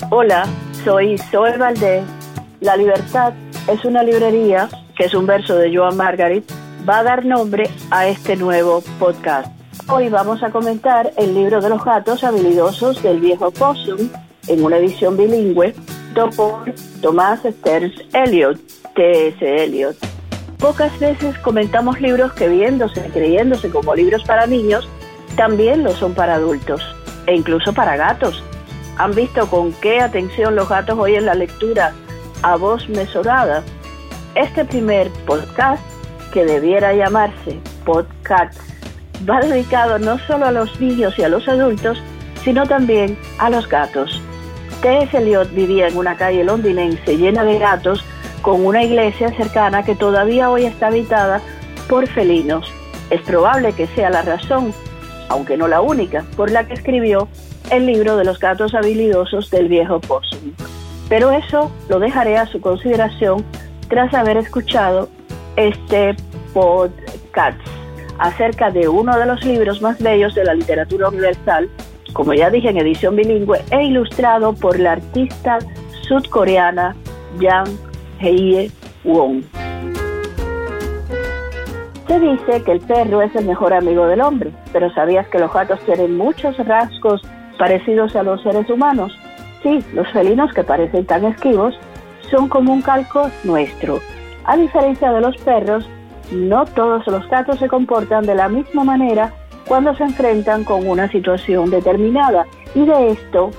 Hola, soy Zoe Valdés. La Libertad es una librería, que es un verso de Joan Margarit, va a dar nombre a este nuevo podcast. Hoy vamos a comentar el libro de los gatos habilidosos del viejo Possum, en una edición bilingüe, por Thomas Stearns Eliot, T.S. Eliot. Pocas veces comentamos libros que creyéndose como libros para niños, también lo son para adultos, e incluso para gatos. ¿Han visto con qué atención los gatos oyen la lectura a voz mesurada? Este primer podcast, que debiera llamarse Podcast, va dedicado no solo a los niños y a los adultos, sino también a los gatos. T.S. Eliot vivía en una calle londinense llena de gatos, con una iglesia cercana que todavía hoy está habitada por felinos. Es probable que sea la razón, aunque no la única, por la que escribió el libro de los gatos habilidosos del viejo Possum. Pero eso lo dejaré a su consideración tras haber escuchado este podcast acerca de uno de los libros más bellos de la literatura universal, como ya dije, en edición bilingüe, e ilustrado por la artista sudcoreana Jang Hae-won. Se dice que el perro es el mejor amigo del hombre, pero ¿sabías que los gatos tienen muchos rasgos parecidos a los seres humanos? Sí, los felinos, que parecen tan esquivos, son como un calco nuestro. A diferencia de los perros, no todos los gatos se comportan de la misma manera cuando se enfrentan con una situación determinada. Y de esto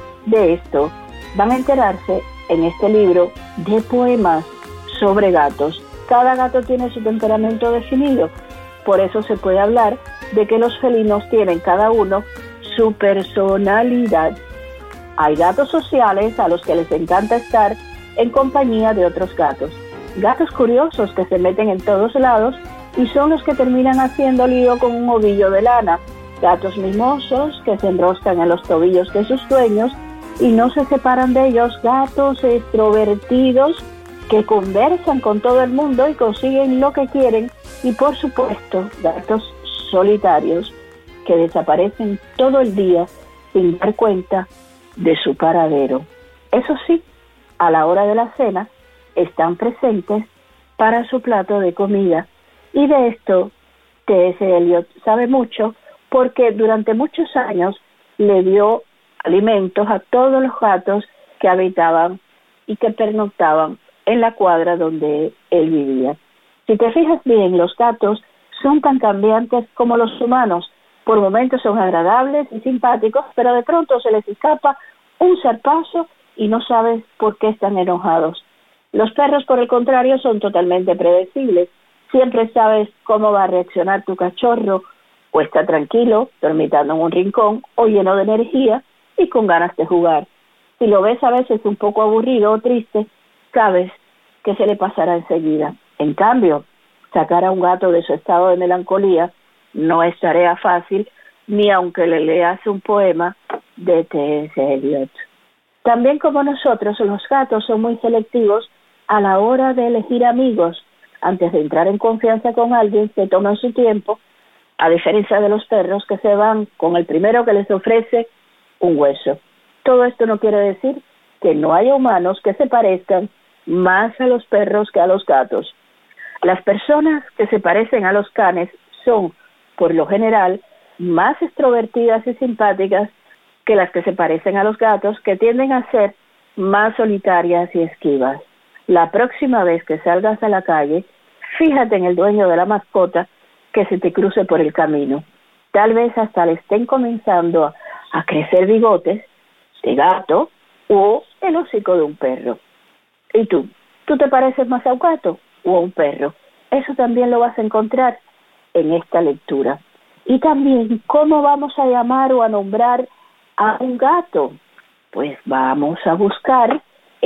van a enterarse en este libro de poemas sobre gatos. Cada gato tiene su temperamento definido, por eso se puede hablar de que los felinos tienen cada uno su personalidad. Hay gatos sociales a los que les encanta estar en compañía de otros gatos. Gatos curiosos que se meten en todos lados y son los que terminan haciendo lío con un ovillo de lana. Gatos mimosos que se enroscan en los tobillos de sus dueños y no se separan de ellos. Gatos extrovertidos que conversan con todo el mundo y consiguen lo que quieren. Y por supuesto, gatos solitarios que desaparecen todo el día sin dar cuenta de su paradero. Eso sí, a la hora de la cena están presentes para su plato de comida. Y de esto T.S. Eliot sabe mucho, porque durante muchos años le dio alimentos a todos los gatos que habitaban y que pernoctaban en la cuadra donde él vivía. Si te fijas bien, los gatos son tan cambiantes como los humanos. Por momentos son agradables y simpáticos, pero de pronto se les escapa un zarpazo y no sabes por qué están enojados. Los perros, por el contrario, son totalmente predecibles. Siempre sabes cómo va a reaccionar tu cachorro, o está tranquilo, dormitando en un rincón, o lleno de energía y con ganas de jugar. Si lo ves a veces un poco aburrido o triste, sabes que se le pasará enseguida. En cambio, sacar a un gato de su estado de melancolía no es tarea fácil, ni aunque le leas un poema de T.S. Eliot. También, como nosotros, los gatos son muy selectivos a la hora de elegir amigos. Antes de entrar en confianza con alguien, se toman su tiempo, a diferencia de los perros que se van con el primero que les ofrece un hueso. Todo esto no quiere decir que no haya humanos que se parezcan más a los perros que a los gatos. Las personas que se parecen a los canes son, por lo general, más extrovertidas y simpáticas que las que se parecen a los gatos, que tienden a ser más solitarias y esquivas. La próxima vez que salgas a la calle, fíjate en el dueño de la mascota que se te cruce por el camino. Tal vez hasta le estén comenzando a crecer bigotes de gato o el hocico de un perro. ¿Y tú? ¿Tú te pareces más a un gato o a un perro? Eso también lo vas a encontrar en esta lectura. Y también, ¿cómo vamos a llamar o a nombrar a un gato? Pues vamos a buscar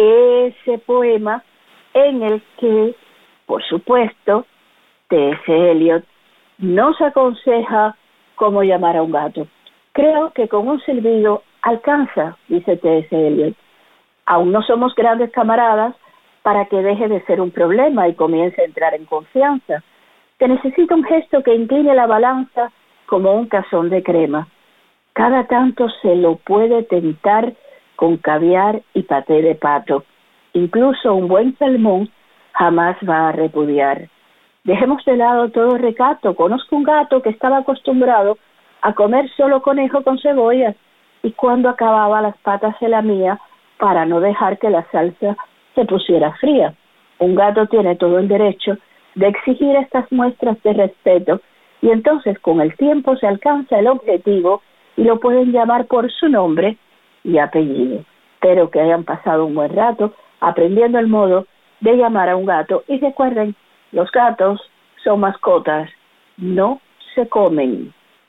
ese poema en el que, por supuesto, T.S. Eliot nos aconseja cómo llamar a un gato. Creo que con un silbido alcanza, dice T.S. Eliot. Aún no somos grandes camaradas para que deje de ser un problema y comience a entrar en confianza. Se necesita un gesto que incline la balanza como un cazón de crema. Cada tanto se lo puede tentar con caviar y paté de pato. Incluso un buen salmón jamás va a repudiar. Dejemos de lado todo recato. Conozco un gato que estaba acostumbrado a comer solo conejo con cebollas y cuando acababa las patas se lamía para no dejar que la salsa se pusiera fría. Un gato tiene todo el derecho de exigir estas muestras de respeto y entonces con el tiempo se alcanza el objetivo y lo pueden llamar por su nombre y apellido. Espero que hayan pasado un buen rato aprendiendo el modo de llamar a un gato y recuerden, los gatos son mascotas, no se comen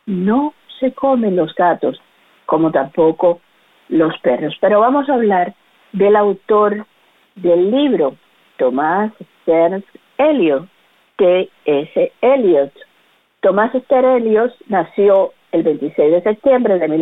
los gatos, como tampoco los perros. Pero vamos a hablar del autor del libro, Thomas Stearns Eliot, T.S. Eliot. Thomas Stearns Eliot nació el 26 de septiembre de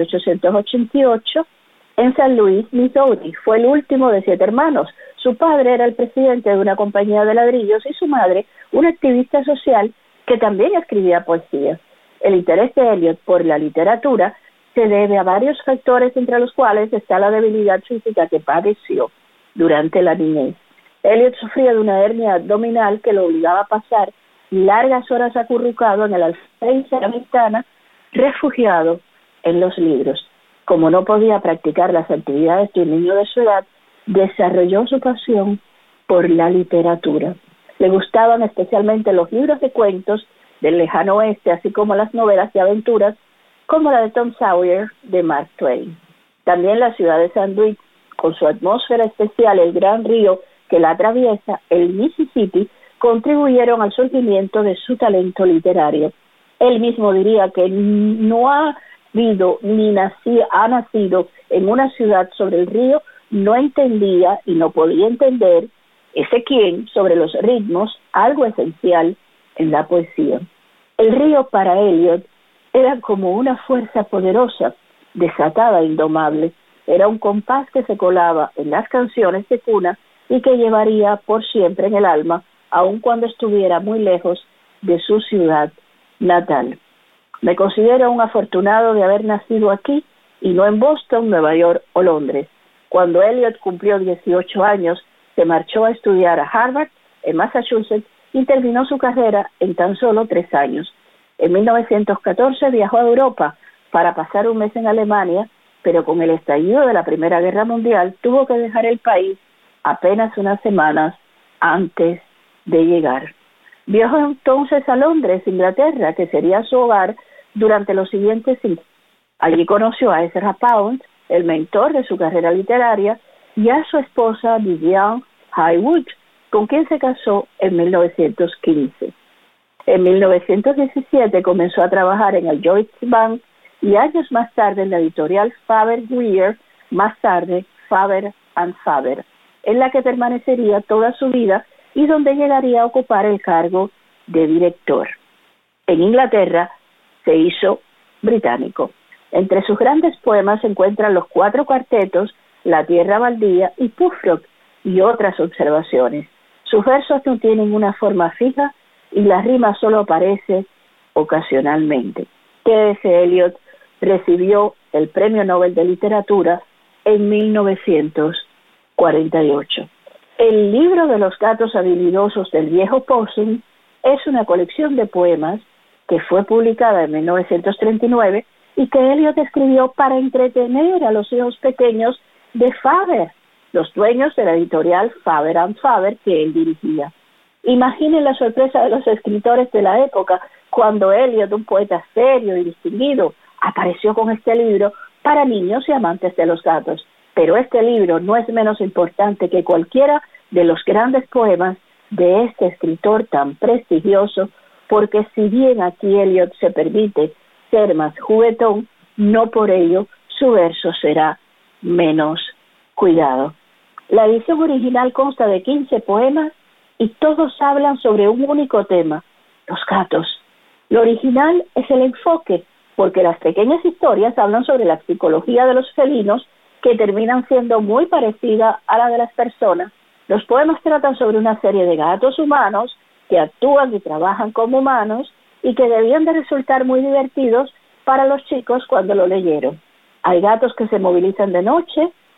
1888 en San Luis, Missouri. Fue el último de 7 hermanos. Su padre era el presidente de una compañía de ladrillos y su madre una activista social que también escribía poesía. El interés de Eliot por la literatura se debe a varios factores, entre los cuales está la debilidad física que padeció durante la niñez. Eliot sufría de una hernia abdominal que lo obligaba a pasar largas horas acurrucado en el alféizar de la ventana, refugiado en los libros. Como no podía practicar las actividades de un niño de su edad, desarrolló su pasión por la literatura. Le gustaban especialmente los libros de cuentos del lejano oeste, así como las novelas de aventuras, como la de Tom Sawyer de Mark Twain. También la ciudad de San Luis, con su atmósfera especial, el gran río que la atraviesa, el Mississippi, contribuyeron al surgimiento de su talento literario. Él mismo diría que no ha habido ha nacido en una ciudad sobre el río, no entendía y no podía entender ese quién sobre los ritmos, algo esencial en la poesía. El río para Eliot era como una fuerza poderosa, desatada e indomable. Era un compás que se colaba en las canciones de cuna y que llevaría por siempre en el alma, aun cuando estuviera muy lejos de su ciudad natal. Me considero un afortunado de haber nacido aquí y no en Boston, Nueva York o Londres. Cuando Eliot cumplió 18 años, se marchó a estudiar a Harvard, en Massachusetts, y terminó su carrera en tan solo 3 años. En 1914 viajó a Europa para pasar un mes en Alemania, pero con el estallido de la Primera Guerra Mundial tuvo que dejar el país apenas unas semanas antes de llegar. Viajó entonces a Londres, Inglaterra, que sería su hogar durante los siguientes 5 años. Allí conoció a Ezra Pound, el mentor de su carrera literaria, y a su esposa Vivian Highwood, con quien se casó en 1915. En 1917 comenzó a trabajar en el Lloyds Bank y años más tarde en la editorial Faber-Greer, más tarde Faber and Faber, en la que permanecería toda su vida y donde llegaría a ocupar el cargo de director. En Inglaterra se hizo británico. Entre sus grandes poemas se encuentran los 4 cuartetos, La tierra baldía y Pufrock, y otras observaciones. Sus versos no tienen una forma fija y la rima solo aparece ocasionalmente. T.S. Eliot recibió el Premio Nobel de Literatura en 1948. El libro de los gatos habilidosos del viejo Possum es una colección de poemas que fue publicada en 1939 y que Eliot escribió para entretener a los hijos pequeños de Faber, los dueños de la editorial Faber and Faber que él dirigía. Imaginen la sorpresa de los escritores de la época cuando Eliot, un poeta serio y distinguido, apareció con este libro para niños y amantes de los gatos. Pero este libro no es menos importante que cualquiera de los grandes poemas de este escritor tan prestigioso, porque si bien aquí Eliot se permite ser más juguetón, no por ello su verso será menos cuidado. La edición original consta de 15 poemas y todos hablan sobre un único tema, los gatos. Lo original es el enfoque, porque las pequeñas historias hablan sobre la psicología de los felinos que terminan siendo muy parecida a la de las personas. Los poemas tratan sobre una serie de gatos humanos que actúan y trabajan como humanos y que debían de resultar muy divertidos para los chicos cuando lo leyeron. Hay gatos que se movilizan de noche,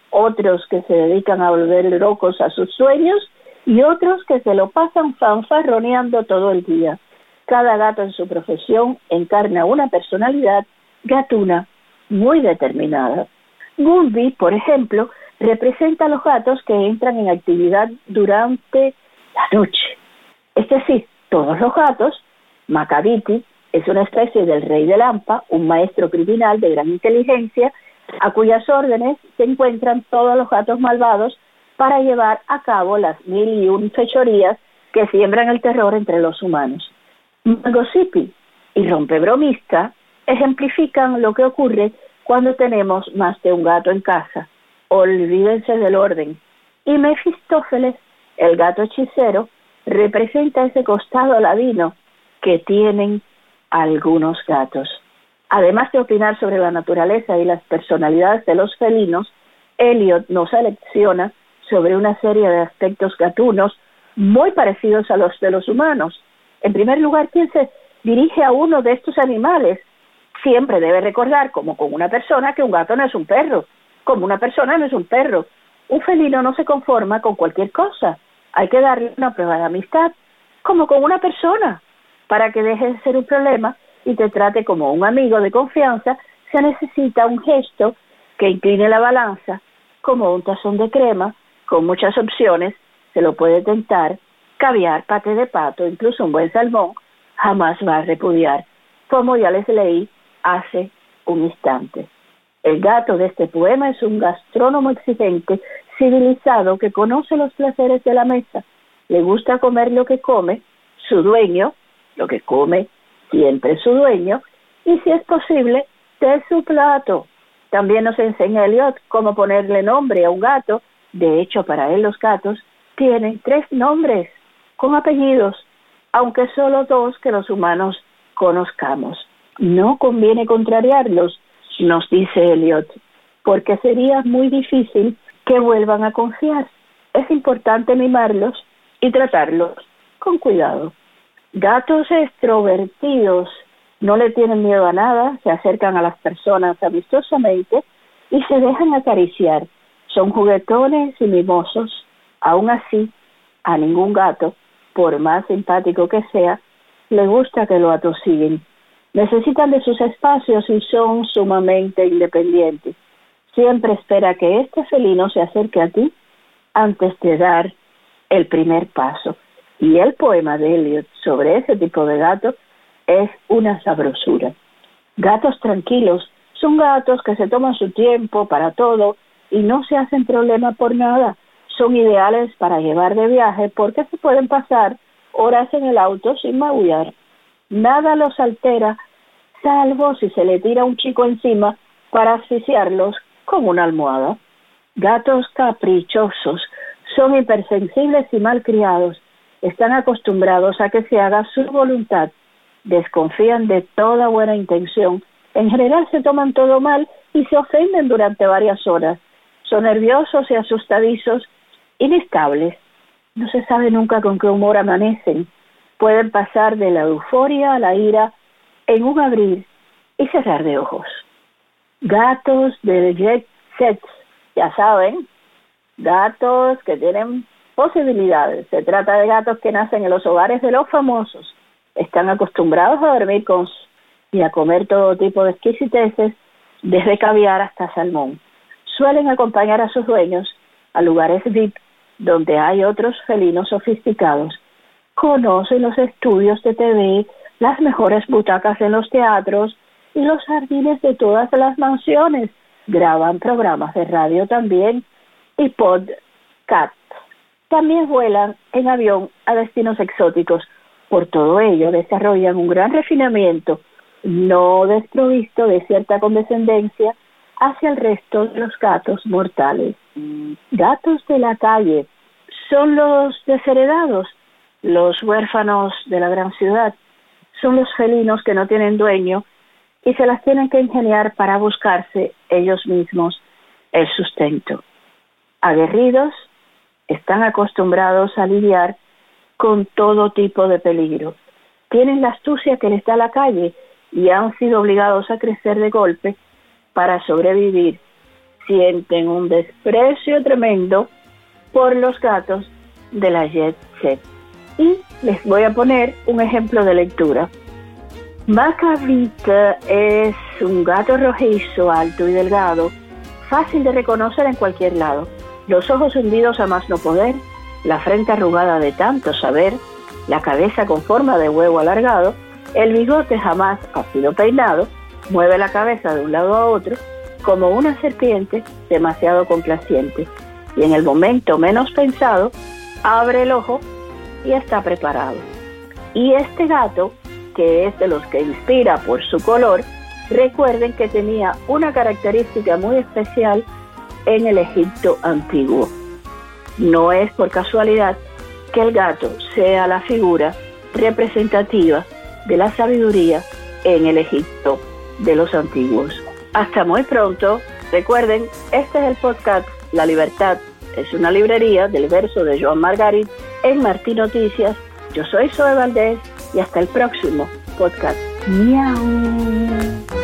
otros que se dedican a volver locos a sus sueños y otros que se lo pasan fanfarroneando todo el día. Cada gato en su profesión encarna una personalidad gatuna muy determinada. Gumby, por ejemplo, representa a los gatos que entran en actividad durante la noche. Es decir, todos los gatos. Macavity es una especie del rey de Lampa, un maestro criminal de gran inteligencia, a cuyas órdenes se encuentran todos los gatos malvados para llevar a cabo las 1001 fechorías que siembran el terror entre los humanos. Mangosipi y Rompebromista ejemplifican lo que ocurre cuando tenemos más de un gato en casa. Olvídense del orden. Y Mefistófeles, el gato hechicero, representa ese costado ladino que tienen algunos gatos. Además de opinar sobre la naturaleza y las personalidades de los felinos, Eliot nos alecciona sobre una serie de aspectos gatunos muy parecidos a los de los humanos. En primer lugar, quien se dirige a uno de estos animales siempre debe recordar, como con una persona, que un gato no es un perro, como una persona no es un perro. Un felino no se conforma con cualquier cosa. Hay que darle una prueba de amistad, como con una persona. Para que deje de ser un problema y te trate como un amigo de confianza, se necesita un gesto que incline la balanza, como un tazón de crema, con muchas opciones, se lo puede tentar, caviar, paté de pato, incluso un buen salmón, jamás va a repudiar, como ya les leí hace un instante. El gato de este poema es un gastrónomo exigente, civilizado, que conoce los placeres de la mesa, le gusta comer lo que come su dueño, lo que come siempre su dueño, y si es posible, de su plato. También nos enseña Eliot cómo ponerle nombre a un gato. De hecho, para él los gatos tienen 3 nombres con apellidos, aunque solo 2 que los humanos conozcamos. No conviene contrariarlos, nos dice Eliot, porque sería muy difícil que vuelvan a confiar. Es importante mimarlos y tratarlos con cuidado. Gatos extrovertidos no le tienen miedo a nada, se acercan a las personas amistosamente y se dejan acariciar. Son juguetones y mimosos. Aún así, a ningún gato, por más simpático que sea, le gusta que lo atosiguen. Necesitan de sus espacios y son sumamente independientes. Siempre espera que este felino se acerque a ti antes de dar el primer paso. Y el poema de Eliot sobre ese tipo de gatos es una sabrosura. Gatos tranquilos son gatos que se toman su tiempo para todo y no se hacen problema por nada. Son ideales para llevar de viaje porque se pueden pasar horas en el auto sin maullar. Nada los altera, salvo si se le tira un chico encima para asfixiarlos con una almohada. Gatos caprichosos son hipersensibles y malcriados. Están acostumbrados a que se haga su voluntad. Desconfían de toda buena intención. En general se toman todo mal y se ofenden durante varias horas. Son nerviosos y asustadizos, inestables. No se sabe nunca con qué humor amanecen. Pueden pasar de la euforia a la ira en un abrir y cerrar de ojos. Gatos del jet set, ya saben, gatos que tienen posibilidades. Se trata de gatos que nacen en los hogares de los famosos. Están acostumbrados a dormir y a comer todo tipo de exquisiteces, desde caviar hasta salmón. Suelen acompañar a sus dueños a lugares VIP donde hay otros felinos sofisticados. Conocen los estudios de TV, las mejores butacas en los teatros y los jardines de todas las mansiones. Graban programas de radio también y podcast. También vuelan en avión a destinos exóticos. Por todo ello, desarrollan un gran refinamiento, no desprovisto de cierta condescendencia hacia el resto de los gatos mortales. Gatos de la calle son los desheredados, los huérfanos de la gran ciudad. Son los felinos que no tienen dueño y se las tienen que ingeniar para buscarse ellos mismos el sustento. Aguerridos, están acostumbrados a lidiar con todo tipo de peligro. Tienen la astucia que les da la calle y han sido obligados a crecer de golpe para sobrevivir. sienten un desprecio tremendo por los gatos de la jet set. Y les voy a poner un ejemplo de lectura. Macavita es un gato rojizo, alto y delgado, fácil de reconocer en cualquier lado. Los ojos hundidos a más no poder, la frente arrugada de tanto saber, la cabeza con forma de huevo alargado, el bigote jamás ha sido peinado, mueve la cabeza de un lado a otro, como una serpiente demasiado complaciente. Y en el momento menos pensado, abre el ojo y está preparado. Y este gato, que es de los que inspira por su color, recuerden que tenía una característica muy especial en el Egipto antiguo. No es por casualidad que el gato sea la figura representativa de la sabiduría en el Egipto de los antiguos. Hasta muy pronto. Recuerden, este es el podcast La Libertad es una librería del verso de Joan Margarit en Martín Noticias. Yo soy Zoe Valdés y hasta el próximo podcast. Miau.